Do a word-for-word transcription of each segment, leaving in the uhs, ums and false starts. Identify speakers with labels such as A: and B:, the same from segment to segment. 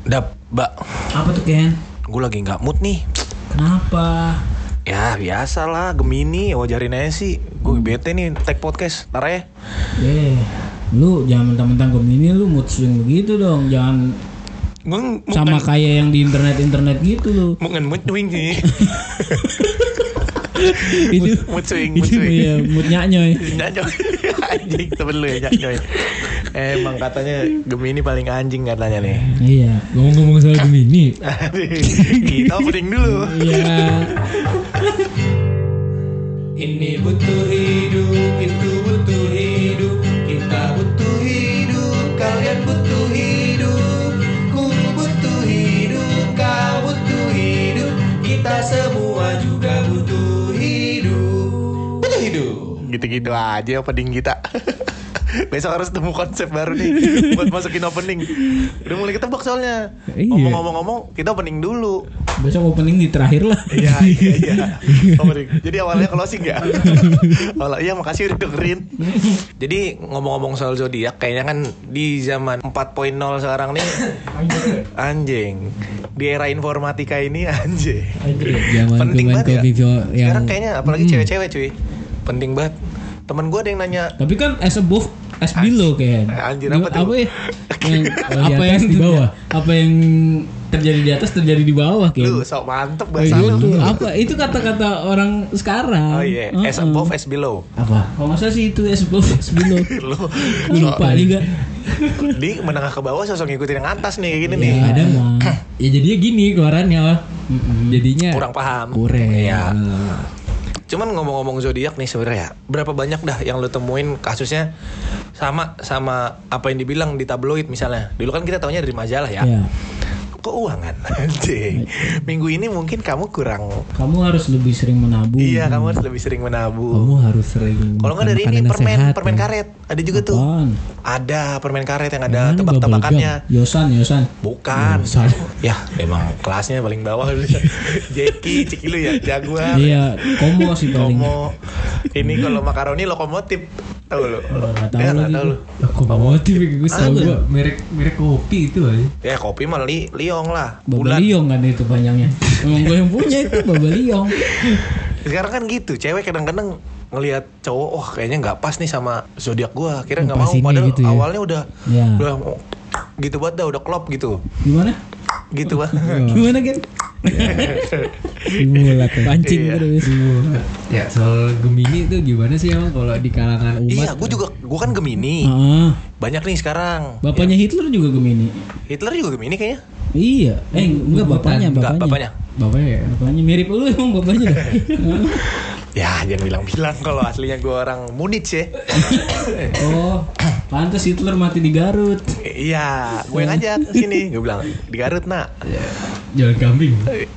A: Dap, Mbak.
B: Apa tuh Ken?
A: Gue lagi gak mood nih.
B: Kenapa?
A: Ya biasa lah, Gemini, wajarin aja sih. Gue bete nih, tag podcast, ntar ya.
B: Eh, lu jangan mentang-mentang Gemini lu mood swing begitu dong. Jangan
A: Gua,
B: sama kayak yang di internet-internet gitu lu.
A: Mungkin mood swing sih.
B: Itu
A: mood swing, mood
B: itu
A: swing.
B: ya mood nyanyoy.
A: Nyanyoy. Anjing, temen lu ya nyanyoy. Emang katanya Gemini paling anjing katanya nih.
B: Iya.
C: Ngomong-ngomong soal Gemini.
A: Kita opening dulu.
B: Iya.
A: Ini butuh hidup, itu butuh hidup, kita butuh hidup, kalian butuh hidup, ku butuh hidup, kau butuh hidup, kita semua juga butuh hidup. Butuh hidup. Gitu-gitu aja opening kita. Besok harus temu konsep baru nih buat masukin opening. Udah mulai ketebak soalnya.
B: Iya.
A: Ngomong-ngomong kita opening dulu.
B: Besok opening di terakhir lah.
A: Iya iya iya. Opening. Jadi awalnya closing ya. Awalnya iya makasih udah dengerin. Jadi ngomong-ngomong soal zodiak, kayaknya kan di zaman empat titik nol sekarang nih anjing. Di era informatika ini anjing.
C: Zaman
A: Penting banget ya.
C: yang...
A: Sekarang kayaknya apalagi
C: Hmm.
A: cewek-cewek cuy. Penting banget. Temen gue ada yang nanya,
B: Tapi kan as above as below Ken.
A: Anjir, apa tuh?
B: Apa ya? Yang,
C: Kalau di
B: apa
C: atas,
B: yang
C: di bawah.
B: Apa yang terjadi di atas terjadi di bawah Ken.
A: lu sok mantep
B: Oh,
A: bahasa
B: itu
A: lu.
B: apa? Itu kata-kata orang sekarang.
A: Oh iya, as
B: Uh-uh.
A: above as below.
B: Apa? Kalau nggak salah sih itu as above as below.
A: Lu
B: Gue lupa juga.
A: di menengah ke bawah sosok ngikutin yang atas nih kayak gini
B: Ya,
A: nih.
C: ada
B: emang.
C: Ya jadinya gini keluarannya. Jadinya
A: Kurang paham.
C: kurang.
A: Iya. Cuman ngomong-ngomong zodiak nih sebenarnya, berapa banyak dah yang lu temuin kasusnya sama sama apa yang dibilang di tabloid misalnya. Dulu kan kita taunya dari majalah ya.
B: Ya.
A: Keuangan. Anjing. Minggu ini mungkin kamu kurang.
B: Kamu harus lebih sering menabung.
A: Iya, kamu harus lebih sering menabung.
C: Kamu harus sering.
A: Kalau nggak dari ini
C: makan
A: permen
C: sehat,
A: permen
C: ya.
A: karet. Ada juga tuh.
B: Apaan?
A: Ada permen karet yang ada
C: Yang mana,
A: tebak-tebakannya.
B: Yosan, Yosan.
A: Bukan.
C: Yosan.
A: Ya, emang kelasnya paling bawah. Jeki, Cikilu ya, Jaguar.
B: Iya, Komo sih paling.
A: Komo. Ini kalau makaroni lokomotif. Tahu lu?
B: Nggak tahu
A: Ya, nggak
B: lagi.
A: tahu lu.
C: Lokomotif gue tahu
A: Ada.
C: gua merek merek kopi itu aja.
A: Ya kopi mah li, liong lah.
B: Baba Liong kan itu panjangnya. Emang gue yang punya itu Baba Liong.
A: Sekarang kan gitu, cewek kadang-kadang ngelihat cowok, wah kayaknya nggak pas nih sama zodiak gua, kira nggak
C: Pas
A: mau.
C: ini
A: Padahal
C: gitu ya.
A: awalnya udah,
B: Ya.
A: udah gitu banget dah, udah klop gitu,
B: Gimana?
A: gitu banget.
B: Gimana kan?
C: Simulat
B: Pancing
A: Iya.
B: terus.
C: Ya soal Gemini itu gimana sih emang kalau di kalangan umat?
A: Iya, gua juga, gua kan Gemini,
B: Heeh.
A: banyak nih sekarang.
B: Bapaknya Hitler juga Gemini.
A: Hitler juga Gemini kayaknya.
B: Iya. Eh enggak bapaknya,
A: Enggak,
B: bapaknya.
A: bapaknya.
C: Bapaknya ya.
B: Bapaknya mirip lu emang bapaknya dah. Heeh.
A: Ya jangan bilang-bilang kalau aslinya gua orang Munich ya.
B: Oh, pantas Hitler mati di Garut.
A: Iya, gue yang ngajak ke sini. Gue bilang di Garut nak.
C: Jalan kambing.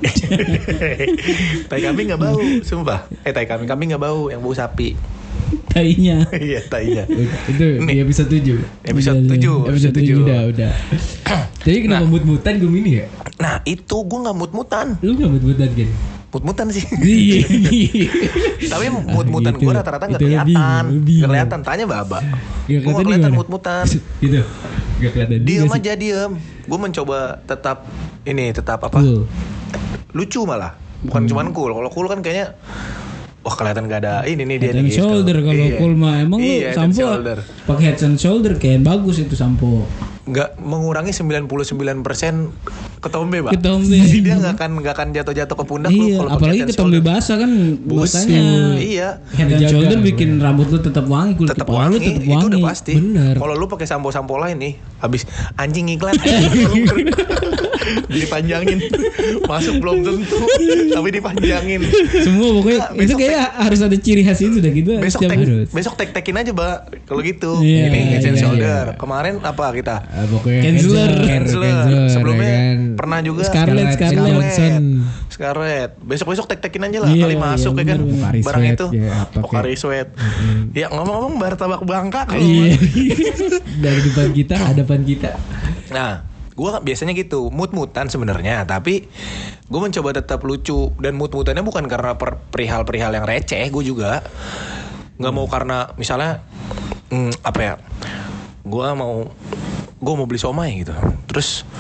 A: Tai kambing nggak bau, sumpah. Eh tai kambing kambing nggak bau, yang bau sapi.
B: Tainya.
A: Iya tainya.
C: Itu di episode tujuh.
A: Episode
B: Udah,
A: tujuh,
C: Episode tujuh udah udah. Jadi kenapa
A: Nah.
C: mut-mutan Gemini ya?
A: Nah itu gue nggak mut-mutan,
C: Lu nggak mut-mutan kan?
A: mut-mutan sih.
C: Iya.
A: Tapi mut-mutan
C: gitu.
A: gue rata-rata nggak
C: Itu lebih,
A: kelihatan,
C: lebih.
A: nggak kelihatan. Tanya baba.
C: Nggak
A: Gue nggak
C: kelihatan
A: kelihatan
C: gimana?
A: mut-mutan.
C: Gitu. Gak kelihatan juga
A: Diem
C: sih.
A: aja diem. Gue mencoba tetap ini tetap apa?
B: Cool.
A: Lucu malah. Bukan
C: Hmm.
A: cuman cool. Kalau cool kan kayaknya wah kelihatan gak ada ini nih dia
B: Head and
A: nih, gitu.
B: shoulder kalau
A: Iya.
B: cool mah emang lu
A: Iya, head and
B: sampo
A: shoulder.
B: pakai head and shoulder kayak bagus itu sampo.
A: Nggak mengurangi sembilan puluh sembilan persen ketombe, Pak.
B: Ketombe.
A: Jadi dia nggak akan nggak akan jatuh-jatuh ke pundak lu
B: Iya,
A: kalau pakai
B: apalagi
A: head and
B: ketombe
A: shoulder.
B: basah kan
A: Busuk.
B: makanya
A: Iya.
B: head and
C: Dijaga.
B: shoulder bikin rambut lu tetap wangi, kulit
A: Tetap
B: kepala lu
A: wangi,
B: tetap
A: itu
B: wangi.
A: udah pasti.
C: Bener.
A: Kalau lu pakai sampo-sampo lain nih, habis anjing iklan. Dipanjangin. Masuk belum tentu, tapi dipanjangin.
B: Semua pokoknya
A: Nggak,
B: itu
A: besok
B: kayak harus ada ciri khas itu dah gitu.
A: Besok
B: setiap
A: tek,
B: harus.
A: besok tek-tekin aja, Mbak. Kalau gitu.
B: Iya,
A: Ini head and
B: iya,
A: shoulder.
C: iya.
A: Kemarin apa kita?
C: Ah, pokoknya
B: Canceler.
A: Canceler. Sebelumnya pernah juga
B: Scarlett, Scarlett.
A: Scarlett. Scarlett. Besok-besok tek-tekin aja lah
B: Iya,
A: kali
B: iya,
A: masuk ya kan.
B: bener, bener.
C: Pokari
A: Barang
C: sweat,
A: itu.
C: ya, apa
A: Pokari
C: kayak-
A: sweat. Ya ngomong-ngomong bar tabak Bangka kalau
B: Iya.
C: Dari depan kita, hadapan kita.
A: Nah, gue biasanya gitu, mut-mutan sebenarnya, tapi gue mencoba tetap lucu dan mut-mutannya bukan karena per- perihal-perihal yang receh, gue juga nggak mau karena misalnya hmm, apa ya, gue mau gue mau beli somai gitu, terus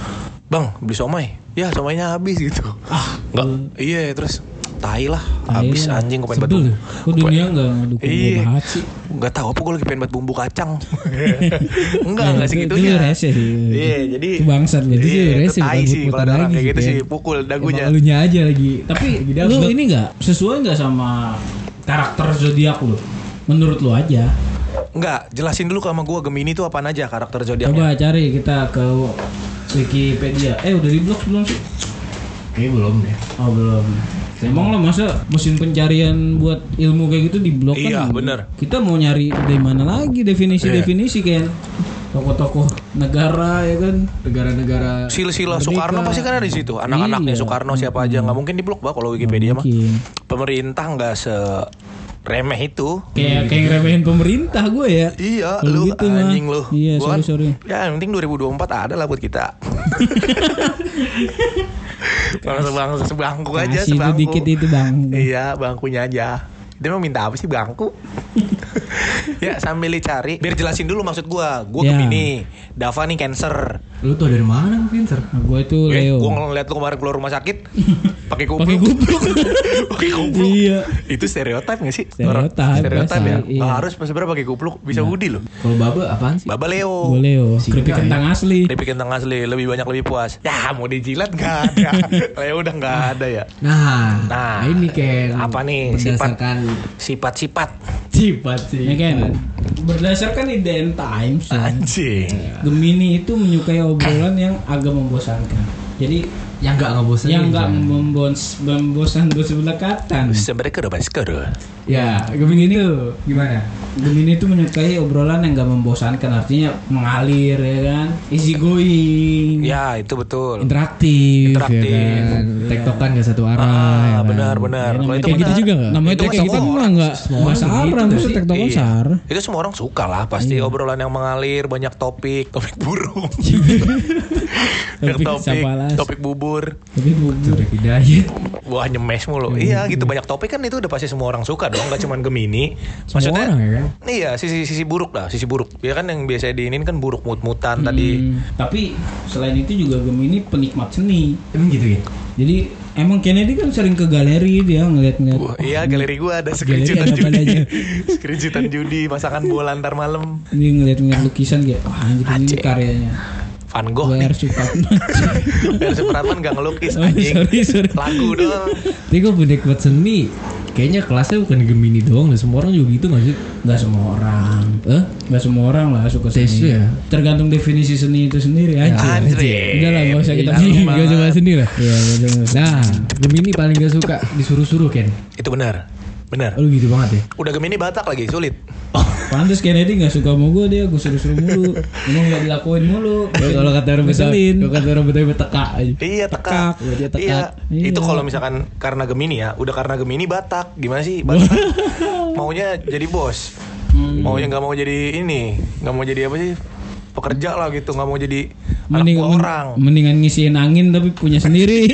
A: Bang beli somai. Ya somainya habis gitu.
B: Ah,
A: Enggak. Iya terus tai lah.
B: Tai
A: Habis
B: lah.
A: anjing gue pengen
B: Sebel
A: batu.
B: ya? Kok dunia nggak ngedukung gue
A: Iya.
B: banget sih?
A: Enggak tahu apa gue lagi pengen buat bumbu kacang. Enggak,
B: Ya,
A: enggak
B: itu-
A: segitunya.
B: itu rese sih.
A: Iya, jadi
B: Itu bangsat berarti.
C: Itu
A: iya,
C: rese,
A: itu tai
C: bukan
A: sih
C: buat
A: kalau ada orang
C: lagi
A: kayak
C: sih,
A: gitu
C: Ken.
A: sih, pukul dagunya.
C: Emang elunya aja lagi.
B: Tapi
C: Jadi
B: lu
C: harus-
B: ini nggak sesuai nggak sama karakter zodiak lu? Menurut lu aja.
A: Enggak, jelasin dulu sama gue Gemini itu apaan aja karakter zodiaknya.
B: Coba cari kita ke Wikipedia. Eh udah di blog belum sih?
C: Kayaknya belum deh.
B: Oh belum. Emang lah masa mesin pencarian buat ilmu kayak gitu di blog kan?
A: Iya, bener.
B: Kita mau nyari dari mana lagi definisi-definisi kan? Tokoh-tokoh negara ya kan?
C: Negara-negara
A: Silsilah
B: Merdeka.
A: Soekarno pasti kan ada di situ. Anak-anaknya
B: Iya.
A: Soekarno siapa aja nggak mungkin di blok bah kalau Wikipedia mah.
B: Mungkin.
A: Pemerintah nggak se remeh itu.
B: Kayak kayak ngeremehin pemerintah gue ya.
A: Iya,
B: Kalau
A: lu
B: gitu mah.
A: anjing lu.
B: Iya,
A: Gua kan-
B: sorry, sorry.
A: Ya, yang penting dua ribu dua puluh empat ada lah buat kita. Kalau sebangku, sebangku aja,
B: Kasih itu
A: sebangku.
B: dikit itu bang.
A: Iya, bangkunya aja. Dia mau minta apa sih bangku? Ya sambil dicari, biar jelasin dulu maksud gua. Gua
B: Ya.
A: Gemini, Dava nih Cancer.
C: Lu tuh dari mana Pinter?
B: Nah, gue itu
A: Eh,
B: Leo.
A: gua ngeliat lu kemarin keluar rumah sakit pakai kupluk.
B: Pakai kupluk.
A: Pakai kupluk.
B: Iya.
A: Itu stereotip gak sih?
B: Stereotip,
A: Stereotip
B: biasa,
A: ya.
B: iya.
A: Nggak harus sebenarnya pakai kupluk, bisa hoodie loh.
C: Kalau Baba apaan sih?
A: Baba Leo.
B: Gue Leo.
C: Singa
B: Keripik
C: ya?
B: kentang asli.
A: Keripik kentang asli, lebih banyak lebih puas. Ya mau dijilat nggak ada. Leo udah nggak ada ya.
C: Nah,
A: Nah,
C: ini Ken.
A: apa nih? Sifat-
C: Berdasarkan
A: Sifat-sifat
C: sifat sih.
B: Ya kan? Berdasarkan Iden Times ya,
A: anjing.
B: Gemini itu menyukai obrolan yang agak membosankan. Jadi
C: yang enggak ngebosenin.
B: yang enggak
C: Jan.
B: membos membosan bersebelah
A: Sebenarnya kado baskoro.
C: Ya, Gemini itu gimana?
B: Gemini itu menyukai obrolan yang enggak membosankan, artinya mengalir ya kan, easy going.
A: Ya itu betul.
C: Interaktif,
A: Interaktif.
C: ya kan. Tektokan gak satu arah.
A: Ah,
C: ya kan?
A: benar-benar.
B: Ya,
A: Kalau
B: namanya
A: itu
B: kayak gitu
A: benar.
B: juga nggak? Namanya
A: Itu
B: kayak
A: mah
B: gitu
A: semua
B: mah
A: orang.
B: nggak
C: Semua
B: nggak
C: orang
B: sarang,
C: gitu
B: maksudnya
C: sih.
B: tektokan
A: Iya.
B: sar.
A: Itu semua orang suka lah pasti obrolan yang mengalir, banyak topik, topik burung. Yang
B: Topik
A: topik,
B: siapa las?
A: topik bubur.
B: Tapi bubur.
C: Udah hidayat.
A: Wah nyemes mulu. Iya gitu banyak topik kan itu udah pasti semua orang suka dong, gak cuman Gemini.
C: Semua orang ya kan?
A: Iya sisi sisi buruk lah, sisi buruk. Ya kan yang biasa diinin kan buruk mut-mutan tadi.
B: Hmm, tapi selain itu juga Gemini penikmat seni.
C: Emang gitu ya?
B: Jadi emang Kennedy kan sering ke galeri dia ngeliat-ngeliat.
A: Wah, iya galeri gua ada
B: Galeri
A: screenshotan
B: ada apa
A: judi.
B: aja?
A: Screenshotan judi masakan bola antar malam.
B: Dia ngeliat-ngeliat lukisan kayak wah anjir ini
A: Aceh.
B: karyanya.
A: Van Gogh
B: W
A: nih.
B: R Supratman.
A: Biar Supratman gak ngelukis
B: Oh,
A: anjing.
B: sorry, sorry.
A: Lagu doang.
C: Tapi gue penikmat seni. Kayaknya kelasnya bukan Gemini doang deh. Semua orang juga gitu gak sih?
B: Gak semua orang.
C: Eh?
B: Gak semua orang lah suka
C: Taste
B: seni.
C: ya?
B: Tergantung definisi seni itu sendiri aja.
A: Anjir.
B: Udah lah gak usah kita
A: Bilang
B: bingung.
A: banget.
C: Gak usah bahas seni lah.
B: Iya, betul.
C: Nah, Gemini paling gak suka disuruh-suruh Ken.
A: Itu benar. Benar.
C: Lu gitu banget ya?
A: Udah Gemini Batak lagi sulit.
B: Pantes Kennedy gak suka sama gue, dia gue suruh-suruh mulu. Emang gak dilakuin mulu.
C: Kalau kata orang Betawi,
B: Ngeselin.
C: kalau kata orang Betawi beteka aja.
A: Iya
B: Tekak,
A: tekak.
B: ya dia tekak.
A: Iya.
B: Iya.
A: Itu kalau misalkan karena Gemini ya, udah karena Gemini Batak. Gimana sih Batak? Maunya jadi bos.
B: Hmm.
A: Maunya nggak mau jadi ini, nggak mau jadi apa sih? Pekerja lah gitu, nggak mau jadi anak
B: Mending,
A: buah
B: men-
A: orang.
B: mendingan ngisiin angin tapi punya sendiri.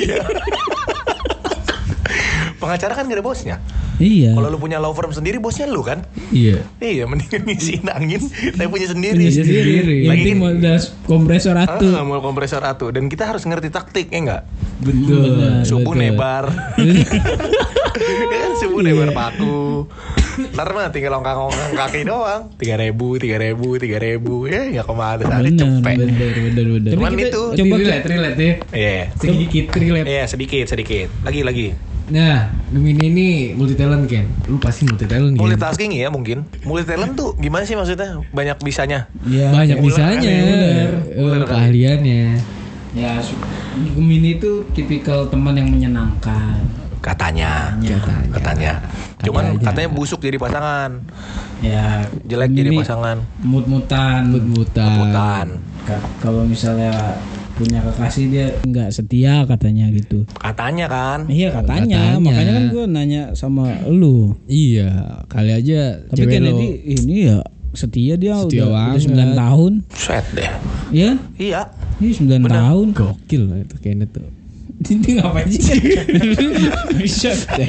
A: Pengacara kan gak ada bosnya.
B: Iya.
A: Kalau lu punya law firm sendiri, bosnya lu kan?
C: Iya.
A: Iya, mendingan ngisiin angin, tapi punya sendiri.
B: Punya
C: sendiri.
B: sendiri. Yang
A: Lagi
B: penting
A: kan-
B: modal kompresor atu.
A: Ah, mau kompresor atu. Dan kita harus ngerti taktik, ya enggak?
C: Betul.
B: Benar.
A: Subuh
C: betul.
A: nebar. Ya kan subuh nebar paku. Ntar mah tinggal ongkang-ongkang kaki doang. Tiga ribu, tiga ribu, tiga ribu. Ya nggak kemana sehari
B: Bener,
A: cepet.
C: Bener, bener, bener.
A: Cuman
B: kita
A: itu.
B: coba
C: relate, relate ya.
A: Iya.
C: Sedikit relate.
A: Iya sedikit, sedikit. Lagi, lagi.
C: Nah, Gemini ini multi talent Ken. Lu pasti multi talent ya.
A: Multitasking ya mungkin. Multi talent tuh gimana sih maksudnya? Banyak bisanya.
B: Iya.
C: Banyak
A: Ular
C: bisanya.
A: kali, ular.
C: Eh,
A: Ular kali.
C: keahliannya.
B: Ya, su- Gemini itu tipikal teman yang menyenangkan.
A: Katanya.
C: Katanya.
A: Katanya. Cuman
C: Katanya.
A: katanya busuk jadi pasangan.
B: Ya,
A: Jelek jadi
B: Gemini
A: pasangan.
B: Mut-mutan.
C: Mut-mutan.
A: Bukan.
B: Ka- Kalau misalnya punya kekasih dia nggak setia katanya gitu.
A: Katanya kan.
B: Iya katanya,
C: Katanya.
B: makanya kan gue nanya sama lu.
C: Iya, kali aja
B: Tapi
C: cewek
B: Kennedy
C: lo-
B: ini ya setia dia
C: Setia
B: udah, udah
C: banget.
B: sembilan tahun.
A: Set deh.
B: Iya,
A: Iya.
B: ini sembilan
A: Bener.
B: tahun.
C: gokil lah itu Kenneth tuh.
B: Ini ngapain sih? Bisa deh.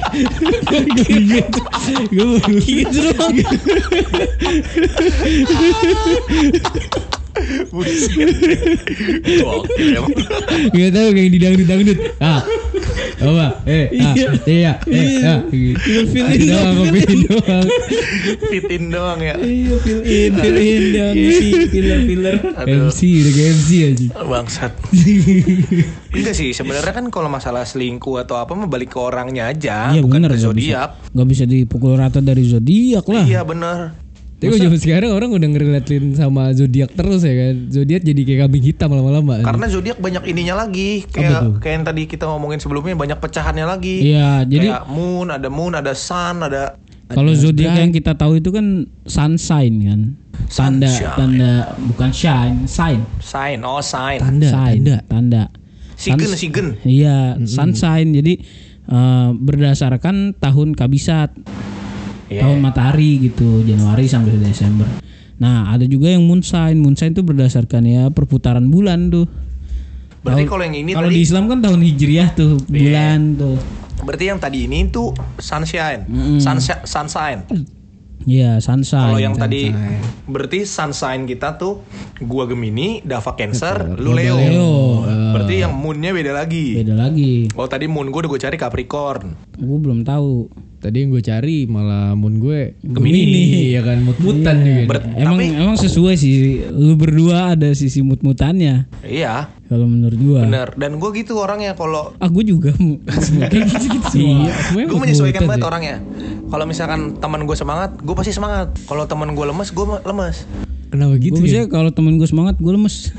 B: Gue gitu doang.
A: Buset. Gokil emang.
C: Gak tahu kayak di dangdut-dangdut. Ah. Apa? Eh, ah, iya, eh, ah, gitu.
B: Fill in
C: doang, fill in doang.
A: Fitin doang ya.
B: Iya, fill in, fill in dan si filler-filler.
A: Aduh.
C: M C, udah kayak M C aja.
A: Bangsat. Enggak sih, sebenarnya kan kalau masalah selingkuh atau apa mah balik ke orangnya aja,
B: Iya
A: bukan
B: bener,
A: ke
B: gak bisa,
A: zodiak.
B: gak bisa dipukul rata dari zodiak lah.
A: Iya bener.
C: Tapi kalau zaman sekarang orang udah ngerelatin sama zodiak terus ya kan. Zodiak jadi kayak kambing hitam lama-lama.
A: Karena zodiak banyak ininya lagi,
C: Apa tuh?
A: kayak kayak yang tadi kita ngomongin sebelumnya banyak pecahannya lagi.
B: Iya, jadi
A: Kayak moon, ada moon, ada sun, ada
B: kalau zodiak yang kita tahu itu kan sun sign kan. Tanda
A: Sunshine.
B: tanda bukan shine, sign.
A: sign, oh sign.
C: Tanda,
B: sign,
C: tanda.
B: tanda.
A: Sigen,
B: Sun-
A: sigen.
B: Iya, sun sign. Jadi eh, berdasarkan tahun kabisat.
A: Iya.
B: Tahun matahari gitu, Januari sampai Desember. Nah, ada juga yang moon sign. Moon sign itu berdasarkan ya perputaran bulan tuh.
A: Berarti
B: Kalau-
A: kalau yang ini
B: Kalau
A: tadi,
B: di Islam kan tahun Hijriah tuh, bulan tuh.
A: berarti yang tadi ini tuh sunshine,
B: Mm-mm.
A: Sunshine, sunshine.
B: Iya, sun sign.
A: Kalau yang tadi,
C: sunshine.
A: berarti sunshine kita tuh, gua Gemini, Dava Cancer, lu
C: Lu
A: Leo.
B: Leo.
A: Berarti yang moonnya beda lagi.
B: Beda lagi.
A: Oh tadi moon gue udah gue cari Capricorn.
B: Gue belum tahu.
C: Tadi yang gue cari malah moon gue
A: Gemini.
C: ya kan, mut-mutan juga.
A: Ber-
B: Emang
A: tapi-
B: emang sesuai sih. Lu berdua ada sisi mut-mutannya.
A: Iya,
B: Kalau menurut gua.
A: bener. Dan gue gitu orangnya kalau
B: Ah, gue juga mu- semua kayak gitu-gitu semua.
C: Iya, semuanya
A: gue menyesuaikan
C: mut-mutan
A: banget
C: ya.
A: orangnya. Kalau misalkan teman gue semangat, gue pasti semangat. Kalau teman gue lemes, gue lemes.
C: Kenapa gitu
B: Gue
C: ya?
B: biasanya kalau temen gue semangat, gue lemes.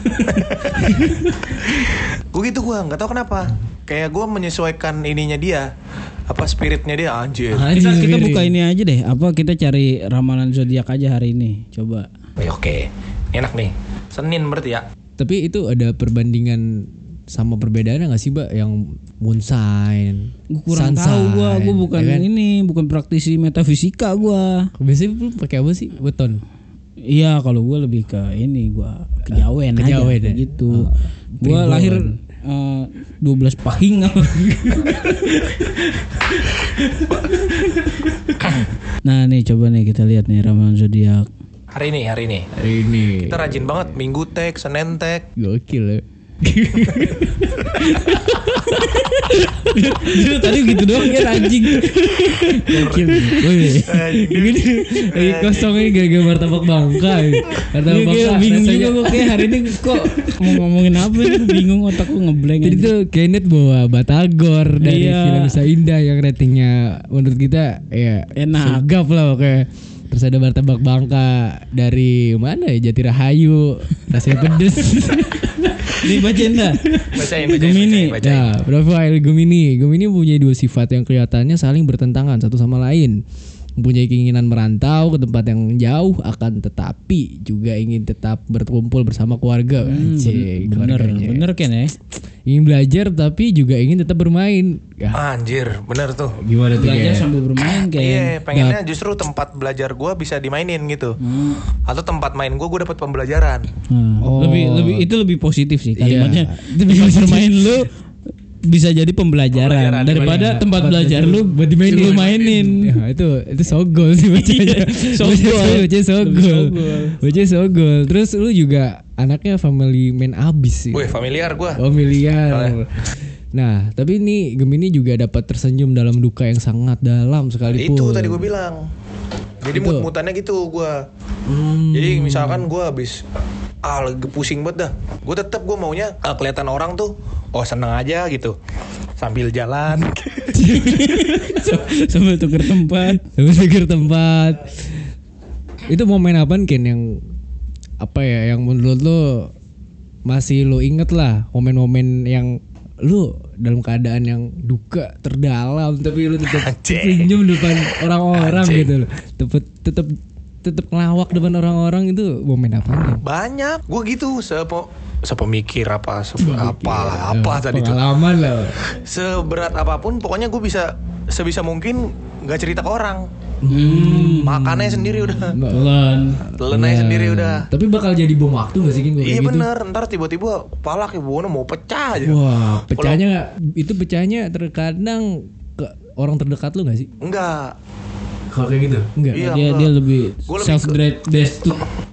A: Gue gitu gue, nggak tahu kenapa. Kayak gue menyesuaikan ininya dia, apa spiritnya dia anjir.
C: Ah,
B: kita
C: Anjir,
B: kita
C: Firi.
B: buka ini aja deh. Apa kita cari ramalan zodiak aja hari ini? Coba.
A: Eh, Oke, enak nih. Senin berarti ya.
C: Tapi itu ada perbandingan sama perbedaannya nggak sih, Mbak? Yang moon sign,
B: Gue kurang
C: sun
B: tahu gue.
C: sign,
B: Gue bukan
C: ya kan?
B: ini, bukan praktisi metafisika gue.
C: Biasanya lu pakai apa sih? Weton.
B: Iya, kalau gue lebih ke ini, gue kejawen,
C: Kejawen
B: aja
C: ya?
B: gitu.
C: Oh,
B: Gue
C: Primbon.
B: lahir eh, dua belas pahing. Nah nih coba nih kita lihat nih ramalan zodiak.
A: Hari ini, hari ini.
C: Hari ini.
A: Kita rajin banget. Minggu tag, Senin tag.
C: Gokil ya.
B: Dia tadi gitu doang kan anjing.
C: Gokil. Woi. Ini lagi kosongnya gara-gara martabak bangka. ya. Martabak
B: Iya, kayak
C: bangka.
B: bingung
C: rasanya-
B: juga gue kayak hari ini kok mau ngomongin apa nih, gue bingung otak gue ngeblank
C: Jadi
B: aja.
C: tuh Kenneth bawa Batagor dari
B: Iya.
C: film Nusa Indah yang ratingnya menurut kita ya
B: Enak.
C: segap lah oke. Terus ada martabak bangka dari mana ya, Jati Rahayu, rasanya pedes.
B: Nih bacain dah.
A: Bacain, bacain,
B: Gemini.
A: bacain, bacain.
C: Nah, profil Gemini. Gemini mempunyai dua sifat yang kelihatannya saling bertentangan satu sama lain. Mempunyai keinginan merantau ke tempat yang jauh, akan tetapi juga ingin tetap berkumpul bersama keluarga.
B: Hmm,
C: Anjing,
B: bener,
C: keluarganya.
B: bener kan ya?
C: Ingin belajar tapi juga ingin tetap bermain. Ya,
A: Anjir, bener tuh.
C: gimana tuh?
B: Belajar
C: Ken?
B: sambil bermain kayak.
A: Iya, pengennya justru tempat belajar gue bisa dimainin gitu.
B: Hmm.
A: Atau tempat main gue, gue dapat pembelajaran.
B: Nah,
C: Oh.
B: lebih lebih itu lebih positif sih
C: Iya.
B: kalimatnya. Tempat bermain lu bisa jadi pembelajaran,
A: Pembelajaran,
B: daripada
A: iya.
B: tempat belajar lu
C: buat dimainin.
B: lu mainin.
C: Ya, itu itu sogol sih bacanya.
B: Sogol.
C: Bacanya sogol.
B: Lebih sogol.
C: Bacanya sogol. Terus lu juga anaknya family man abis sih.
A: Wih, familiar gue.
C: Oh miliar.
A: Soalnya.
C: Nah, tapi ini Gemini juga dapat tersenyum dalam duka yang sangat dalam sekalipun.
A: Itu tadi gue bilang. Jadi
C: Itu.
A: mut-mutannya gitu gue.
C: Hmm.
A: Jadi misalkan gue habis ah lagi pusing banget dah. Gue tetap gue maunya ah, kelihatan orang tuh oh seneng aja gitu. Sambil jalan.
B: Sambil tuker tempat.
C: Sambil pikir tempat. Itu momen apa Ken yang apa ya yang menurut lo masih lo inget lah, momen-momen yang lu dalam keadaan yang duka terdalam tapi lu tetap
A: Anjing.
C: senyum depan orang-orang
A: Anjing.
C: gitu loh. Tetap tetap tetap ngelawak depan orang-orang, itu momen apa nih?
A: Banyak. Gue gitu sepo sepemikir apa se apa apa tadi tuh.
C: Pengalaman lah.
A: Seberat apapun pokoknya gue bisa sebisa mungkin nggak cerita ke orang.
B: Hmm.
A: Makannya sendiri udah.
B: Telan.
A: Telan aja sendiri udah.
C: Tapi bakal jadi bom waktu gak sih Kin, kalau
A: Iya
C: kayak gitu?
A: bener, ntar tiba-tiba kepala kayak buana mau pecah aja.
C: Wah, pecahnya itu pecahnya terkadang ke orang terdekat lu gak sih?
A: Enggak.
C: Kalau kayak gitu? Enggak.
A: Iya,
B: Dia
A: enggak.
B: dia lebih
A: Gua lebih
B: self
A: ke-
B: destruct.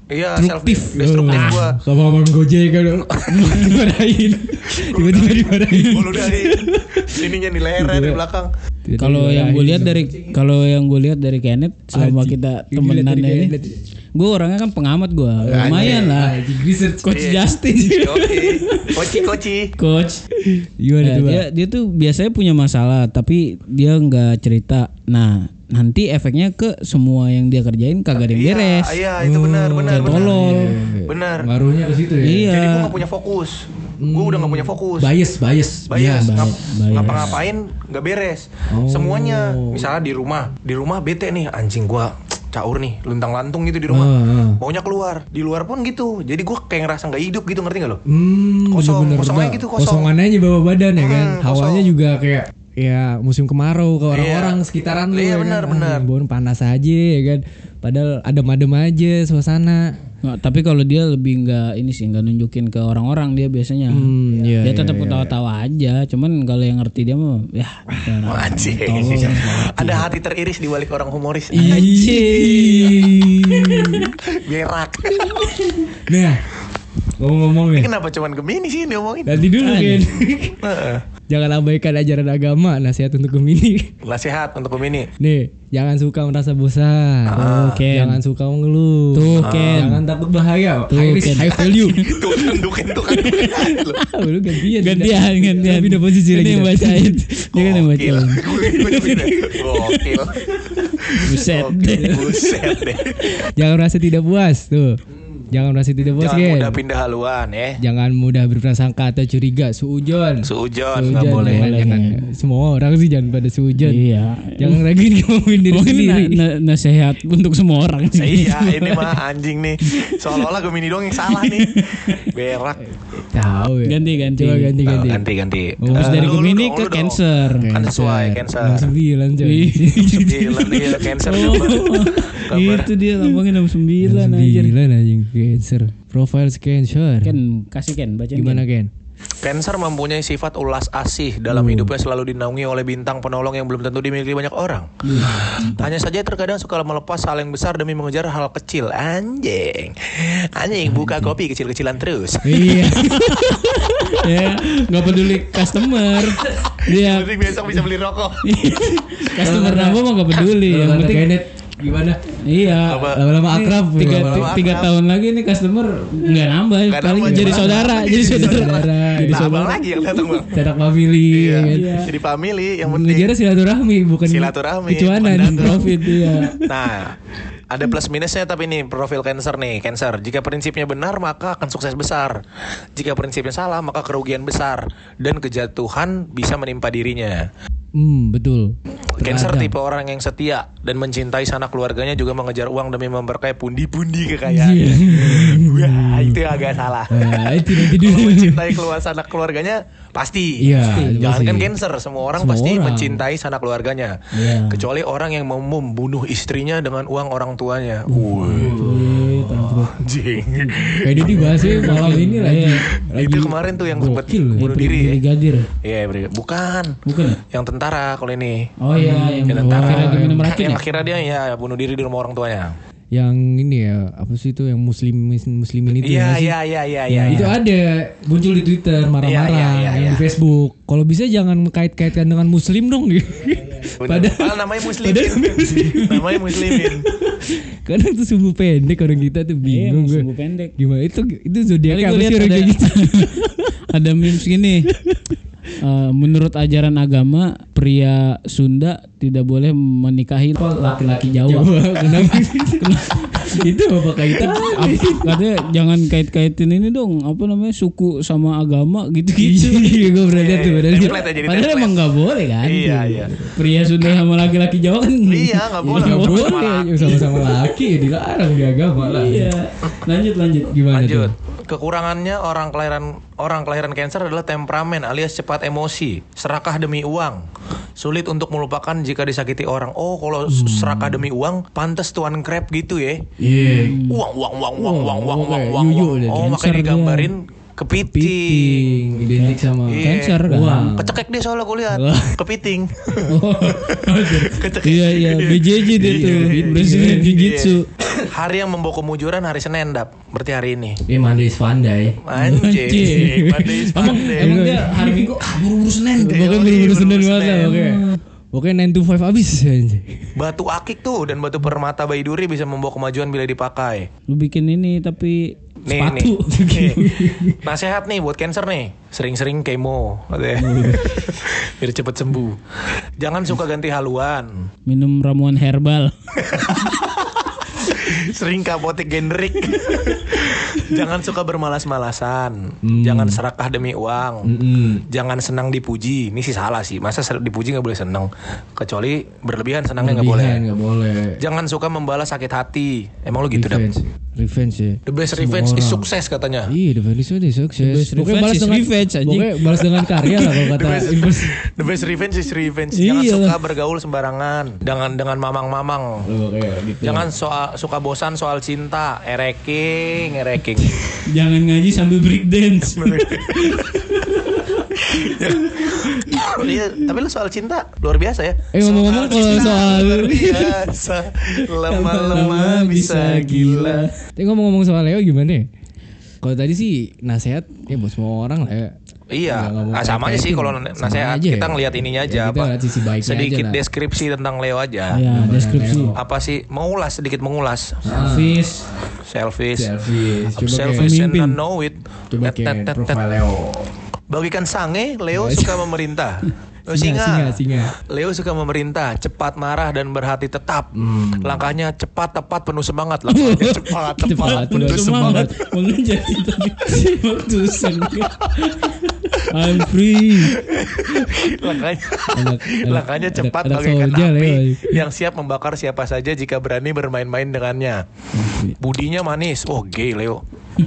A: Iya, self destruktif gua.
C: Sama abang Gojek kan dimarahin. Tiba-tiba dimarahin.
A: Buludahin. Sininya di leher di belakang.
B: Kalau yang gue lihat dari kalau yang gue lihat dari Kenneth selama
C: Anjing.
B: kita
C: Yang dilihat
B: temenan
C: dari
B: ini,
C: Kenneth.
B: gue orangnya kan pengamat gue, lumayan lah. Coach
A: Iya.
B: Justin,
A: Oke. Koci-koci.
B: coach.
C: Gimana
B: Ya,
C: tuh, Bang?
B: dia dia tuh biasanya punya masalah tapi dia nggak cerita. Nah nanti efeknya ke semua yang dia kerjain kagak ada yang
A: Iya,
B: beres.
A: iya, itu benar, benar,
B: Kayak
A: benar.
B: tolol.
A: Benar.
C: Ngaruhnya ke situ ya.
B: Iya.
A: Jadi gue gak punya fokus. Gue udah gak punya fokus.
C: Bias, bias.
A: Bias,
B: Iya,
A: ngap-
B: bias.
A: ngapa-ngapain gak beres.
C: Oh.
A: Semuanya, misalnya di rumah, di rumah bete nih, anjing gua caur nih, luntang-lantung gitu di rumah.
C: Ah, ah.
A: Maunya keluar, di luar pun gitu. Jadi gua kayak ngerasa nggak hidup gitu, ngerti gak lo?
C: Hmm,
A: Kosong,
C: bener-bener
A: kosong aja
C: udah
A: gitu, kosong.
C: Kosongan aja bawa badan ya kan.
A: Hmm,
C: Hawanya
A: kosong.
C: juga kayak ya musim kemarau ke orang-orang sekitaran lu.
A: Iya,
C: ya kan.
A: benar,
C: Ah,
A: benar.
C: Bon panas aja ya kan. Padahal adem-adem aja suasana.
B: Nggak, tapi kalau dia lebih nggak ini sih nggak nunjukin ke orang-orang dia biasanya.
C: Hmm, iya,
B: dia
C: iya,
B: tetap
C: iya.
B: ketawa-tawa aja. Cuman kalau yang ngerti dia mah ya. ya
A: Oh, anjing.
B: tolong.
A: Ada hati teriris di balik orang humoris.
C: Ih.
A: Berak.
C: Nah, ngomong-ngomong
A: Ini
C: nih.
A: kenapa cuman Gemini sih diomongin?
C: Ganti dulu kan.
A: Heeh.
C: Jangan abaikan ajaran agama, nasihat untuk Gemini.
A: Nasihat untuk Gemini.
C: Nih, jangan suka merasa bosan.
B: Tuh, Ken.
C: Jangan suka mengeluh.
B: Tuh,
C: Ah,
B: Ken.
C: Jangan takut bahaya.
B: Tuh,
C: High risk,
B: Ken.
C: high value.
A: Tuh kan, tuh kan, tuh kan.
C: Ah, lu gantian.
B: Gantian, gantian.
C: Pindah posisi
B: Ini
C: lagi.
B: yang
C: dah.
B: bacain. Dia kan yang
A: Gokil.
B: bacain.
A: Gokil.
B: Buset.
A: Gokil. Buset deh.
C: Jangan merasa tidak puas. Tuh. Jangan merasa tidak puas,
A: Jangan
C: Ken.
A: mudah pindah haluan ya.
C: Jangan mudah berprasangka atau curiga. Suujon.
A: Seujon nggak
C: Suujon,
A: boleh.
C: jangan, jangan. Semua orang sih jangan pada suujon.
B: Iya.
C: Jangan lagi ngomongin diri
B: Mungkin
C: sendiri.
B: na- na- nasihat untuk semua orang sih.
A: Iya ini mah anjing nih. Seolah-olah Gemini doang yang salah nih. Berak.
C: Tahu ya.
B: Ganti, ganti.
C: Coba ganti
A: Oh,
C: ganti.
A: ganti ganti.
C: Oh,
B: Terus
A: Eh,
B: dari
A: lu- lu
B: Gemini
A: dong,
B: ke
A: lu dong.
B: Cancer.
A: Kan sesuai, Cancer.
C: enam sembilan coy.
A: Gila nih Cancer
B: Oh,
A: juga. Kabar.
B: itu dia lambangnya enam sembilan anjir.
C: sembilan anjing Cancer. Profile Cancer.
B: Ken, kasih Ken, bacain.
C: Gimana
B: Ken.
C: Ken?
A: Cancer mempunyai sifat ulas asih dalam hidupnya, selalu dinaungi oleh bintang penolong yang belum tentu dimiliki banyak orang. Hanya saja terkadang suka melepas hal yang besar demi mengejar hal kecil. Anjing, anjing buka kopi kecil-kecilan terus.
C: Iya.
B: Ya, nggak peduli customer. Dia
A: Yang penting besok bisa beli rokok.
B: customer nambah mah nggak peduli. Yang
C: Yang
B: penting
C: Kenneth gimana?
B: iya.
A: Apa?
C: Lama-lama
B: Ini
C: akrab.
B: Tiga,
A: Lama-lama
B: tiga
A: akrab.
B: tahun lagi nih customer nggak nambah,
A: Nggak
B: paling
A: nambah,
B: jadi
A: cuma
B: saudara,
A: nambah,
B: jadi
A: jadi
B: saudara.
C: saudara.
B: Jadi
A: Nah, abang
B: saudara.
A: lagi yang datang bang.
C: Cetak family.
A: Iya,
C: ya kan?
B: Iya.
A: jadi family yang penting.
C: Ngejarnya silaturahmi bukan
A: Silaturahmi,
C: kecuanan.
A: bukan
B: Profit ya.
A: Nah, ada plus minusnya tapi nih profil Cancer nih, Cancer. Jika prinsipnya benar maka akan sukses besar. Jika prinsipnya salah maka kerugian besar dan kejatuhan bisa menimpa dirinya.
C: Hmm, betul.
A: Cancer
C: Ada.
A: tipe orang yang setia dan mencintai sanak keluarganya, juga mengejar uang demi memperkaya pundi-pundi kekayaan.
C: Iya.
A: Wah, itu agak salah.
C: Nah, itu nanti
A: Kalau
C: dulu.
A: mencintai keluarga sanak keluarga pasti.
C: Iya,
A: Pasti.
C: itu
A: Jangan kan
C: pasti.
A: Cancer, semua orang
C: Semua
A: pasti
C: orang.
A: mencintai sanak keluarganya.
B: Iya.
A: Kecuali orang yang mau membunuh istrinya dengan uang orang tuanya.
C: Uh.
A: Wih,
B: Wih, tampil.
A: anjing.
C: Kayak dia dibahasnya malam ini lagi.
B: Iya.
C: lagi
A: Itu kemarin tuh yang sempat
C: gokil.
A: bunuh diri. ya.
B: Brigadir.
A: Iya, Bri- bukan.
B: Bukan ya?
A: Yang tentara kalau ini.
B: Oh iya, yang
A: Yang tentara.
B: akhirnya lagi minum racun
A: Yang
B: ya?
A: akhirnya dia ya bunuh diri di rumah orang tuanya.
C: Yang ini ya, apa sih itu yang muslim muslimin itu
A: Iya,
C: ya sih?
A: iya, iya, iya, iya.
C: Itu ada muncul di Twitter marah-marah,
A: Iya, iya, iya,
C: yang
A: iya.
C: di Facebook. Kalau bisa jangan kait-kaitkan dengan muslim dong.
A: Bener. Padahal namanya muslimin.
C: padahal namanya muslimin.
A: namanya muslimin.
C: Karena itu sumbu pendek orang kita tuh
B: Iya,
C: bingung gue.
B: sumbu pendek.
C: Gimana itu itu
B: Kali
C: zodiaknya
B: gue
C: apa
B: lihat
C: sih orang
B: ada,
C: kayak gitu?
B: ada memes gini. Eh, menurut ajaran agama, pria Sunda tidak boleh menikahi laki-laki Jawa.
C: Kenapa? Itu apa kaitan?
B: Apa- Katanya jangan kait-kaitin ini dong, apa namanya, suku sama agama gitu-gitu.
C: Iya, gue pernah lihat tuh. pernah lihat.
A: Template ya, jadi
B: Padahal
A: template.
B: emang nggak boleh kan?
A: Iya, iya.
B: Pria Sunda sama laki-laki Jawa kan?
A: Iya, nggak boleh.
C: Nggak
A: Sama
C: boleh,
A: laki.
C: sama-sama laki ya dilarang di agama lah.
B: Iya. Lanjut lanjut.
C: Gimana
A: Lanjut.
C: tuh?
A: Kekurangannya orang kelahiran orang kelahiran Cancer adalah temperamen alias cepat emosi, serakah demi uang, sulit untuk melupakan jika disakiti orang. Oh, kalau
C: Hmm.
A: serakah demi uang, pantas tuan crab gitu ya.
C: Iya.
A: Uang, uang, uang, uang, uang, uang, uang,
C: kayak
A: uang,
C: yuyu
A: uang.
C: dia.
A: Oh,
B: Cancer
A: makanya
B: dia.
A: digambarin kepiting.
C: Piting identik sama
A: Iya.
B: Cancer kan?
C: uang.
A: Kecekek dia soalnya gue lihat.
C: Wah.
A: Kepiting.
B: Oh,
A: Kecekek.
B: iya iya B J J dia tuh,
A: Iya, iya,
B: Brazilian
A: iya.
B: Jiu Jitsu.
A: Hari yang membawa kemujuran hari Senin, Dap. Berarti hari ini.
D: Ini Monday is Monday.
A: Anjing. Monday is
B: Emang,
A: Monday.
B: emang dia hari Minggu ah, buru-buru Senin.
C: Pokoknya
A: Yoi,
C: buru-buru Senin
A: buru-buru
C: banget lah.
A: Senin.
C: Oke. Pokoknya nine to five abis anjing.
A: Batu akik tuh dan batu permata bayi duri bisa membawa kemajuan bila dipakai.
B: Lu bikin ini tapi
A: Nih,
B: sepatu.
A: nih. Nih. Nasihat nih buat cancer nih. Sering-sering kemo katanya. Biar cepet sembuh. Jangan suka ganti haluan.
B: Minum ramuan herbal.
A: Sering ke apotek generik. Jangan suka bermalas-malasan. Jangan serakah demi uang.
C: Mm-mm.
A: Jangan senang dipuji. Ini sih salah sih. Masa ser- dipuji gak boleh senang. Kecuali berlebihan senangnya gak boleh.
C: Berlebihan, nggak boleh.
A: Jangan suka membalas sakit hati. Emang lu gitu, Dap?
C: Revenge. Revenge ya.
A: The best
C: Semua
A: revenge is
C: orang.
A: sukses katanya.
C: Iya, the best revenge is sukses.
B: The best
C: Pokoknya
B: revenge
C: balas
B: is
C: dengan
B: revenge, anjing.
C: Pokoknya balas dengan karya lah kalau kata invest.
A: The best revenge is revenge. Jangan
B: Iya.
A: suka bergaul sembarangan. Dengan dengan mamang-mamang.
C: Oke, gitu.
A: Jangan soal suka bosan soal cinta. Ereking, ereking.
B: Jangan ngaji sambil break dance.
A: Iya, tapi lu soal cinta luar biasa ya.
C: Eh, ngomong-ngomong
A: Soal
C: kalau
A: cinta
C: soal-
A: luar biasa, lemah-lemah bisa gila.
C: Tapi ngomong-ngomong soal Leo gimana ya? Kalau tadi sih nasihat ya buat semua orang lah ya.
A: Iya,
C: Nggak- nggak mau
A: ah, sama aja sih
C: kait-kaitin.
A: kalau
C: Sama
A: nasihat
C: aja
A: kita
C: ya.
A: ngelihat ininya
C: Ya,
A: aja
C: kita
A: apa.
C: lihat sisi baiknya
A: Sedikit
C: aja lah.
A: deskripsi tentang Leo aja.
B: Ya, deskripsi.
A: Apa sih? Mengulas sedikit mengulas.
B: Selfish.
A: Selfish.
D: Selfish.
C: Coba
A: Selfish and
B: Pemimpin.
A: not know it.
C: Coba
A: Tet,
C: Ken,
A: tet, tet, tet.
D: Profile Leo.
A: Bagikan sange, Leo suka memerintah. Oh,
C: Singa, singa, singa.
A: Leo suka memerintah, cepat marah dan berhati tetap.
C: Hmm.
A: Langkahnya cepat, tepat, penuh semangat. Langkahnya cepat, tepat,
C: Cepat,
A: penuh
C: penuh
A: semangat.
B: Mungkin jadi tadi waktusan. I'm free.
A: Langkahnya,
C: Anak- anak-
A: langkahnya cepat
C: anak
A: bagaikan
C: soldier,
A: api
C: Leo.
A: yang siap membakar siapa saja jika berani bermain-main dengannya. Budinya manis, oh gay Leo.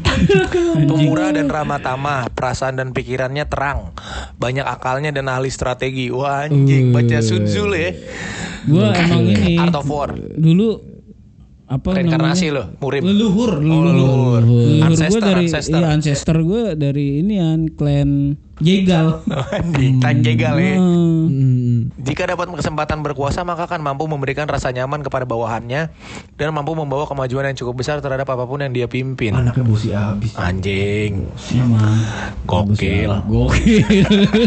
A: Pemurah dan ramah tamah, perasaan dan pikirannya terang, banyak akalnya dan ahli strategi. Wah anjing, baca Sun Tzu lu ya.
B: Gua emang ini
A: Art of War.
B: dulu apa
A: Reinkarnasi
B: namanya?
A: lo, murim.
B: Leluhur,
A: Oh,
B: leluhur.
A: leluhur.
B: Leluhur
A: Ancestor,
B: gue dari
A: ancestor.
B: iya ancestor gue dari ini an klan Jegal.
A: Anjing, tan jegal ya.
B: Hmm.
C: Hmm.
A: Jika dapat kesempatan berkuasa maka akan mampu memberikan rasa nyaman kepada bawahannya dan mampu membawa kemajuan yang cukup besar terhadap apapun yang dia pimpin.
D: Anaknya bosi abis.
A: Anjing,
B: Emang.
A: gokil.
C: Gokil.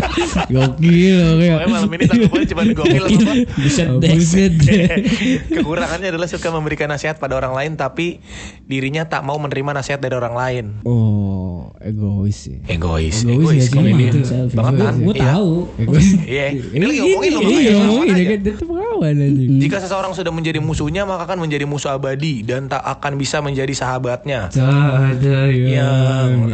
C: Gokil. Oke.
A: Pokoknya malam ini tanggapannya cuma gokil apa?
B: Buset
C: Oh,
B: deh.
C: buset deh.
A: Kekurangannya adalah suka memberikan nasihat pada orang lain tapi dirinya tak mau menerima nasihat dari orang lain.
C: Oh, egois sih.
A: Egois,
C: Egois
A: egois,
C: ya sih,
A: kalau
C: emang
A: ini
C: itu.
A: banget kan?
B: Gue
A: Iya.
B: tahu.
C: Egois.
A: Iya, ini lagi ngomongin lo
C: Iya,
A: makanya
C: ngomongin
A: ngomong
C: ya
A: aja.
C: kan tetap kawan anjing.
A: Jika seseorang sudah menjadi musuhnya maka akan menjadi musuh abadi dan tak akan bisa menjadi sahabatnya.
C: Tak ada
A: Yang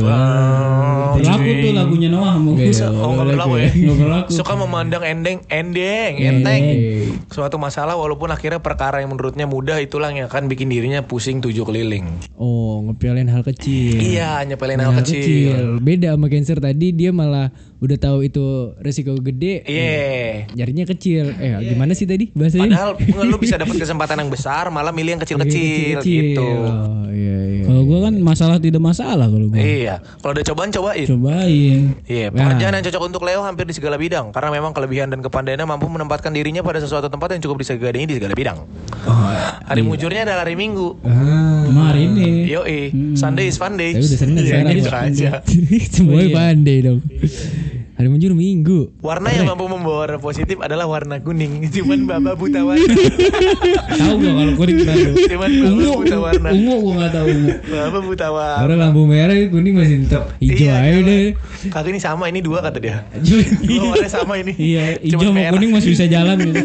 A: abadi.
B: Berlaku tuh lagunya Noah mau
C: Nggak,
B: gue.
A: Oh, nggak berlaku ya.
B: Nggak berlaku.
A: Suka memandang endeng, endeng,
C: Iya,
A: enteng.
C: Endeng.
A: Suatu masalah walaupun akhirnya perkara yang menurutnya mudah itulah yang akan bikin dirinya pusing tujuh keliling.
C: Oh, ngepelin hal kecil.
A: Iya, nyepelin hal kecil.
C: Beda sama Cancer tadi, dia malah udah tahu itu resiko gede.
A: Iya.
C: Jarinya kecil. Eh, gimana sih tadi bahasanya?
A: Padahal lu bisa dapat kesempatan yang besar malah milih yang kecil-kecil gitu.
C: Oh, iya iya.
B: Kalau gue kan masalah tidak masalah kalau gue.
A: Iya, kalau udah cobaan cobain.
B: Cobain.
A: Iya, pekerjaan yang cocok untuk Leo hampir di segala bidang karena memang kelebihan dan kepandaiannya mampu menempatkan dirinya pada sesuatu tempat yang cukup disegani di segala bidang. Hari mujurnya adalah hari Minggu.
C: Ah,
B: Kemarin nih.
A: Yoi, Sunday is fun day.
C: tapi udah seneng
A: Iya,
C: sekarang.
A: gitu
C: Pak.
A: aja.
C: Semuanya
B: Oh, iya.
C: pandai dong. Hari mujur Minggu.
A: Warna yang mampu membawa warna positif adalah warna kuning. Cuman Baba buta warna.
B: Tahu gak kalau kuning tahu.
A: Cuman Baba
B: Ungu,
A: buta warna.
B: ungu gue nggak tahu ungu.
A: Baba buta warna.
C: Karena lampu merah kuning masih tetap hijau
A: Iya,
C: aja
A: iya.
C: deh.
A: Kaki ini sama, ini dua kata dia. Dua warna sama ini.
B: Iya,
A: Cuman
B: hijau sama
A: merah.
B: kuning masih bisa jalan gitu.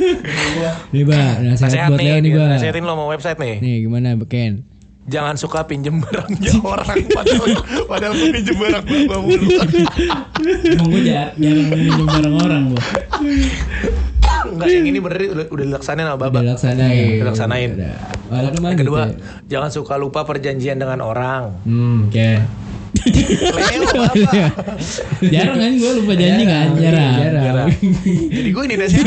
C: Nih, Ba, nasihat
A: Nasihat
C: buat Leo
A: nih,
C: nih, Ba.
A: nasihatin lo mau website nih.
C: Nih, gimana, Ken?
A: Jangan suka pinjem barangnya orang padahal padahal lu pinjem barang Baba mulu.
B: Emang gue jarang minjem barang orang gue.
A: Enggak, yang ini bener udah, udah dilaksanain sama Baba.
C: Udah laksanain.
A: Udah laksanain.
C: Udah. Ada kemana?
A: Yang kedua,
C: tuh?
A: jangan suka lupa perjanjian dengan orang.
C: Hmm, Ken.
A: Leo, Baba.
B: Jarang kan gue lupa janji kan, jarang.
C: Jarang.
A: Jadi gue ini nasihat.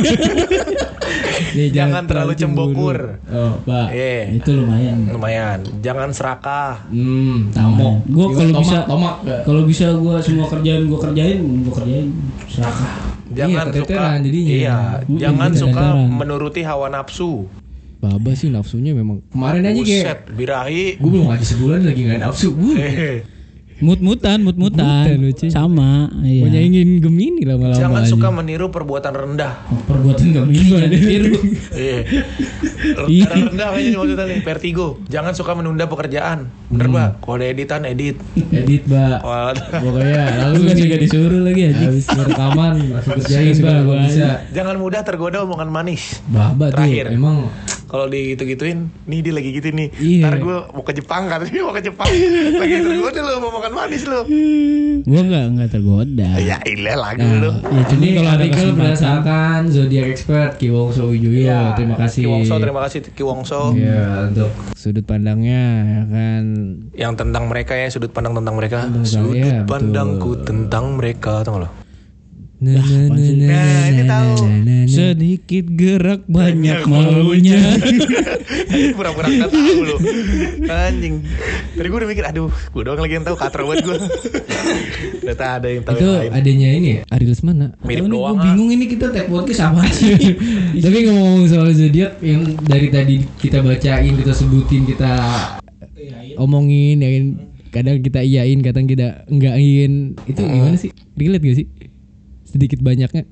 C: Nih,
A: Jangan terlalu cembokur.
C: Oh, Pak.
A: Iya,
B: Itu lumayan.
A: lumayan. Jangan serakah.
C: Hmm, tamok.
B: Gue kalau
C: Tomak,
B: bisa,
C: tomak.
B: kalau bisa gue semua kerjaan gue kerjain, gue kerjain serakah.
A: Jangan
C: Iya,
A: suka
C: keteteran jadinya.
A: Iya,
B: Hmm,
A: jangan
B: keteteran.
A: suka menuruti hawa nafsu.
C: Baba sih nafsunya memang kemarin aja kayak
A: Buset, birahi.
C: gue belum ngaji sebulan lagi nggak nafsu gue.
A: Eh,
B: Mut-mutan, mut-mutan.
C: Mut-mutan, lucu.
B: Sama. Iya.
C: Mau nyaingin Gemini lama-lama.
A: jangan
C: aja.
A: suka meniru perbuatan rendah.
B: Perbuatan Gemini jangan ditiru.
A: Iya. Cara rendah kayaknya maksudnya nih, vertigo. Jangan suka menunda pekerjaan. Bener, Mbak? Kalau ada editan, edit.
C: Edit, Mbak.
A: Wah,
C: Pokoknya lalu
B: Lu
C: nih,
B: juga disuruh lagi aja.
C: habis rekaman langsung kerjain, Mbak. Gak bisa.
A: jangan mudah tergoda omongan manis.
C: Baba tuh
A: Terakhir.
C: emang
A: Kalau digitu-gituin, nih dia lagi gitu nih.
C: Iya.
A: Ntar gue mau ke Jepang kan, dia mau ke Jepang. Lagi tergoda lu mau makan manis lu.
B: Gua enggak enggak tergoda.
A: Ya ilah lagu
C: Nah,
A: lu.
B: Ya cuma
C: ini
B: kalau ada
C: artikel
B: kesempatan.
C: berdasarkan Zodiac Expert Ki Wongso Wijoyo.
A: Ya,
C: Terima kasih.
A: Ki Wongso, terima kasih Ki Wongso.
C: Ya, untuk sudut pandangnya ya kan.
A: Yang tentang mereka ya, sudut pandang tentang mereka.
C: Tentang
A: Sudut
C: saya, betul.
A: pandangku tentang mereka, tau gak lo?
C: Nah, nah, nah, nah,
A: Nah, ini
C: nah,
A: tahu.
C: nah, nah, nah.
B: Sedikit gerak banyak maunya.
A: Pura-pura nggak tahu lu. Anjing. Tadi gue udah mikir, aduh, gue doang lagi yang tahu, katro banget gue. Ternyata ada yang tahu
C: Itu
A: yang lain.
C: adanya ini ya, Ari Lesmana.
A: Mirip
B: Tahu nih,
A: doang.
B: gua
A: ah.
B: bingung ini kita tag podcast apa sih?
C: Tapi ngomong soal zodiak yang dari tadi kita bacain, kita sebutin, kita omongin, ya kan? Kadang kita iyain, kadang kita enggakin. Itu gimana sih? Relate gak sih? Sedikit banyaknya.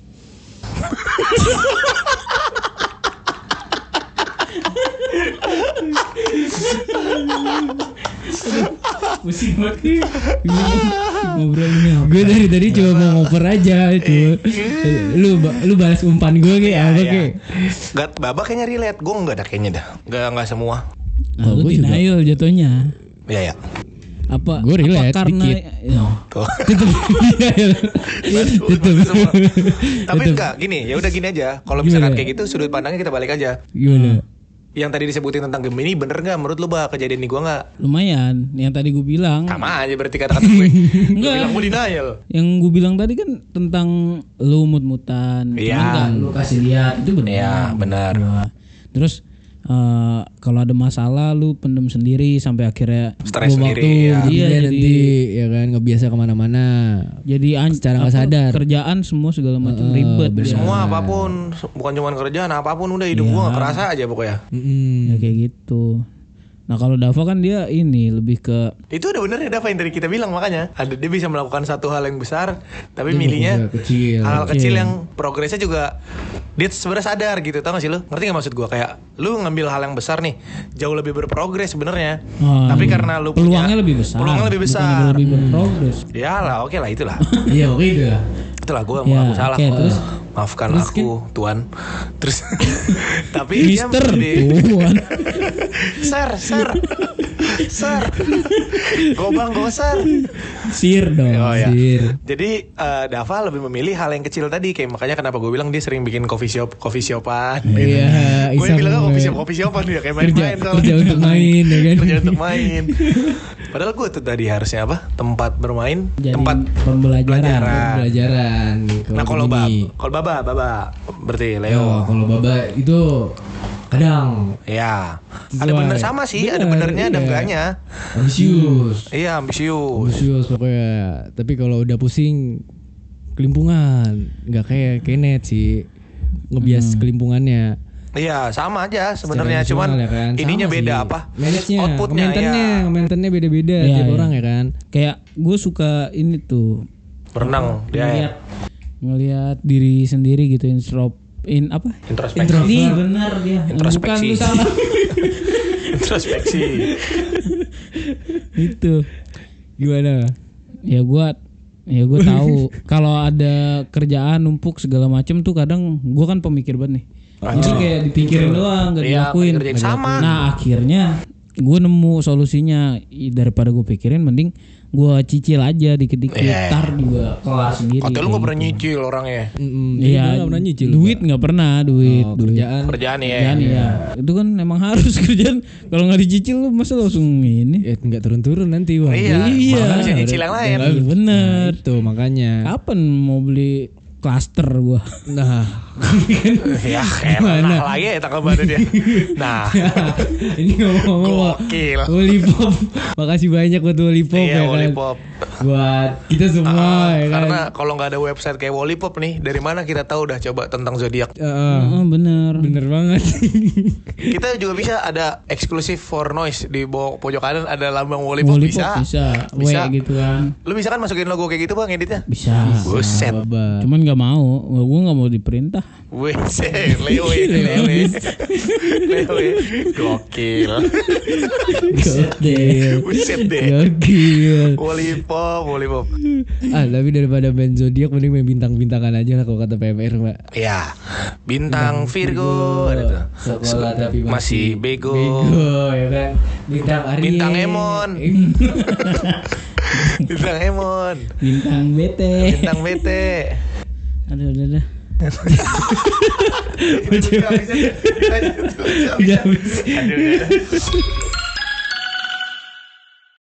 B: Pusing banget. Ngobrolnya apa?
C: Gue dari tadi cuma mau ngoper aja itu. Lu ba- lu balas umpan gue kayak apa
A: Iya.
C: kayak?
A: Gak, Baba kayaknya relate, gue enggak ada kayaknya dah. Gak, enggak semua.
B: Nah, lu
C: gua juga.
B: denial jatuhnya.
A: Ya ya.
B: Apa?
C: Gua relate
B: apa karena
C: dikit.
B: ya,
A: Tuh.
C: Tutup.
A: Semua. Tapi enggak, gini, ya udah gini aja. Kalau misalkan
C: Gimana?
A: kayak gitu, sudut pandangnya kita balik aja.
C: Gimana?
A: Yang tadi disebutin tentang Gemini bener nggak menurut lu, Bah? Kejadian di gua nggak?
B: lumayan. Yang tadi gue bilang.
A: Sama aja berarti kata-kata gue. Gue
B: Enggak.
A: bilang gue denial.
B: Yang gue bilang tadi kan tentang lu mut-mutan.
A: Iya.
B: Cuman nggak lu kasih lihat itu benar.
A: Iya, benar.
B: Gua. Terus eh, kalau ada masalah lu pendem sendiri sampai akhirnya
A: Stres
B: gua
A: sendiri,
B: waktu
A: ya.
B: dia
C: Iya
B: jadi
C: nanti ya kan nggak biasa kemana-mana.
B: jadi an-
C: Secara nggak
B: apa,
C: sadar.
B: kerjaan semua segala macam
C: Heeh,
B: ribet.
C: benar.
B: dia.
A: Semua apapun, bukan cuma kerjaan, apapun udah hidup gua nggak kerasa aja pokoknya.
C: Mm-mm.
B: Ya kayak gitu. Nah kalau Dava kan dia ini lebih ke
A: Itu udah bener ya Dava yang tadi kita bilang, makanya ada dia bisa melakukan satu hal yang besar, tapi
C: Itu
A: milihnya
C: melakukan kecil.
A: hal
B: Kecil.
A: kecil yang progresnya juga dia sebenarnya sadar gitu, tau gak sih lu? Ngerti gak maksud gua? Kayak lu ngambil hal yang besar nih, jauh lebih berprogres sebenarnya,
B: Ah,
A: tapi karena lu
B: peluangnya
A: punya,
B: lebih besar.
A: peluangnya lebih
B: Bukannya
A: besar.
B: lebih berprogres.
A: Ya lah, oke lah itulah,
C: Iya oke itu.
A: itulah gua
B: Ya,
A: mengaku salah.
B: oke,
A: kok.
B: terus?
A: Maafkan
B: Terus
A: aku, Tuan. Terus, tapi dia
B: Mister
A: di-
B: Tuan.
A: Sir, sir, sir, gobang gosar.
B: Sir dong.
A: Oh ya.
C: Sir.
A: Jadi eh, Dava lebih memilih hal yang kecil tadi, kayak makanya kenapa gue bilang dia sering bikin coffee shop, coffee shopan.
C: Iya,
A: Gue
C: iseng
A: bilang coffee
C: banget.
A: shop, coffee shopan ya kayak
C: Kerja
A: main-main tau.
C: kerja untuk main ya kan.
A: Kerja untuk main. Padahal gue tuh tadi harusnya apa? Tempat bermain,
B: Jadi
A: tempat
B: pembelajaran.
A: pelajaran.
C: Pelajaran.
A: Nah kalau bab,
C: begini.
A: kalau baba, baba, berarti
C: Oh,
A: Leo.
C: kalau baba itu kadang
A: Ya, ada
C: Gua-
A: bener sama sih, ada
C: bener,
A: benernya, ada
C: iya.
A: enggaknya.
C: ambisius.
A: Iya, ambisius.
C: Ambisius pokoknya. Tapi kalau udah pusing kelimpungan, nggak kayak Kenneth sih ngebias kelimpungannya.
A: Iya, sama aja sebenarnya,
C: Secara
A: cuman
C: visual ya kan,
A: ininya
C: sama
A: beda
C: sih.
A: apa?
C: Manage-nya,
A: Outputnya
C: maintenance-nya,
A: ya.
C: maintenance-nya beda-beda
B: Iya,
C: tiap
B: iya.
C: orang ya kan.
B: Kayak gue suka ini tuh
A: Berenang dia
B: ngeliat ngeliat diri sendiri gitu instrop in apa?
A: introspeksi.
B: Ini benar dia.
A: Introspeksi.
B: Bukan lu salah.
A: Introspeksi.
B: Itu.
C: Gimana?
B: Ya gua ya gue tahu kalau ada kerjaan numpuk segala macem tuh kadang gua kan pemikir banget nih. Jadi kayak dipikirin doang, gak
A: Iya,
B: dilakuin.
A: ngerjain sama.
B: Nah akhirnya gue nemu solusinya. I- daripada gue pikirin, mending gue cicil aja dikit-dikit.
A: Iya.
B: Tar juga kelar sendiri.
A: Katanya lu
B: kayak
A: gak pernah
B: gitu.
A: nyicil orangnya.
C: Mm-mm.
B: Iya,
C: Dia nggak pernah nyicil.
B: duit nggak pernah, duit,
C: Oh,
B: duit.
C: kerjaan.
A: Kerjaan ya.
B: Kerjaan ya. Itu kan emang harus kerjaan. Kalau nggak dicicil lu masa langsung ini.
C: Eh, nggak turun-turun nanti wah.
A: Iya,
B: Iya.
A: makanya bisa nyicil yang lain.
B: Iya bener.
C: Nah, itu makanya.
B: Kapan mau beli klaster gua?
C: Nah,
A: Ya enak lagi ya tanggal baru dia. Nah,
C: ini ngomong-ngomong
A: gokil.
C: Lollipop. Makasih banyak buat Lollipop
A: Iya,
C: ya kan.
A: Lollipop.
C: buat kita semua
E: Ah,
C: ya kan.
E: karena kalau nggak ada website kayak Wallipop nih, dari mana kita tahu udah coba tentang zodiak?
C: Heeh.
B: Oh, bener.
C: Bener banget.
E: Kita juga bisa ada eksklusif for noise di bawah pojok kanan ada lambang Wallipop,
B: Wallipop
E: bisa.
B: bisa, W
E: Bisa.
B: gitu kan.
E: Lu bisa kan masukin logo kayak gitu bang editnya?
B: Bisa.
E: Buset,
C: Baba.
B: Cuman nggak mau, gue nggak mau diperintah.
E: buset, lewe, lewe, lewe, gokil,
B: Buset deh.
E: buset deh.
C: Gokil.
E: Wallipop, Wallipop.
C: Ah, tapi daripada main zodiak mending main bintang-bintangan aja lah kalau kata P M R, Mbak.
E: Ya, bintang Virgo, ada tuh.
C: Sekolah tapi
E: Masih bego.
C: Bego ya kan. Bintang Aries.
E: Bintang Emon. Bintang Emon,
B: Bintang B T.
E: bintang B T.
B: Aduh, udah dah.
E: Bisa, bisa, bisa, bisa, bisa.
C: Udah habis.
E: Aduh, udah.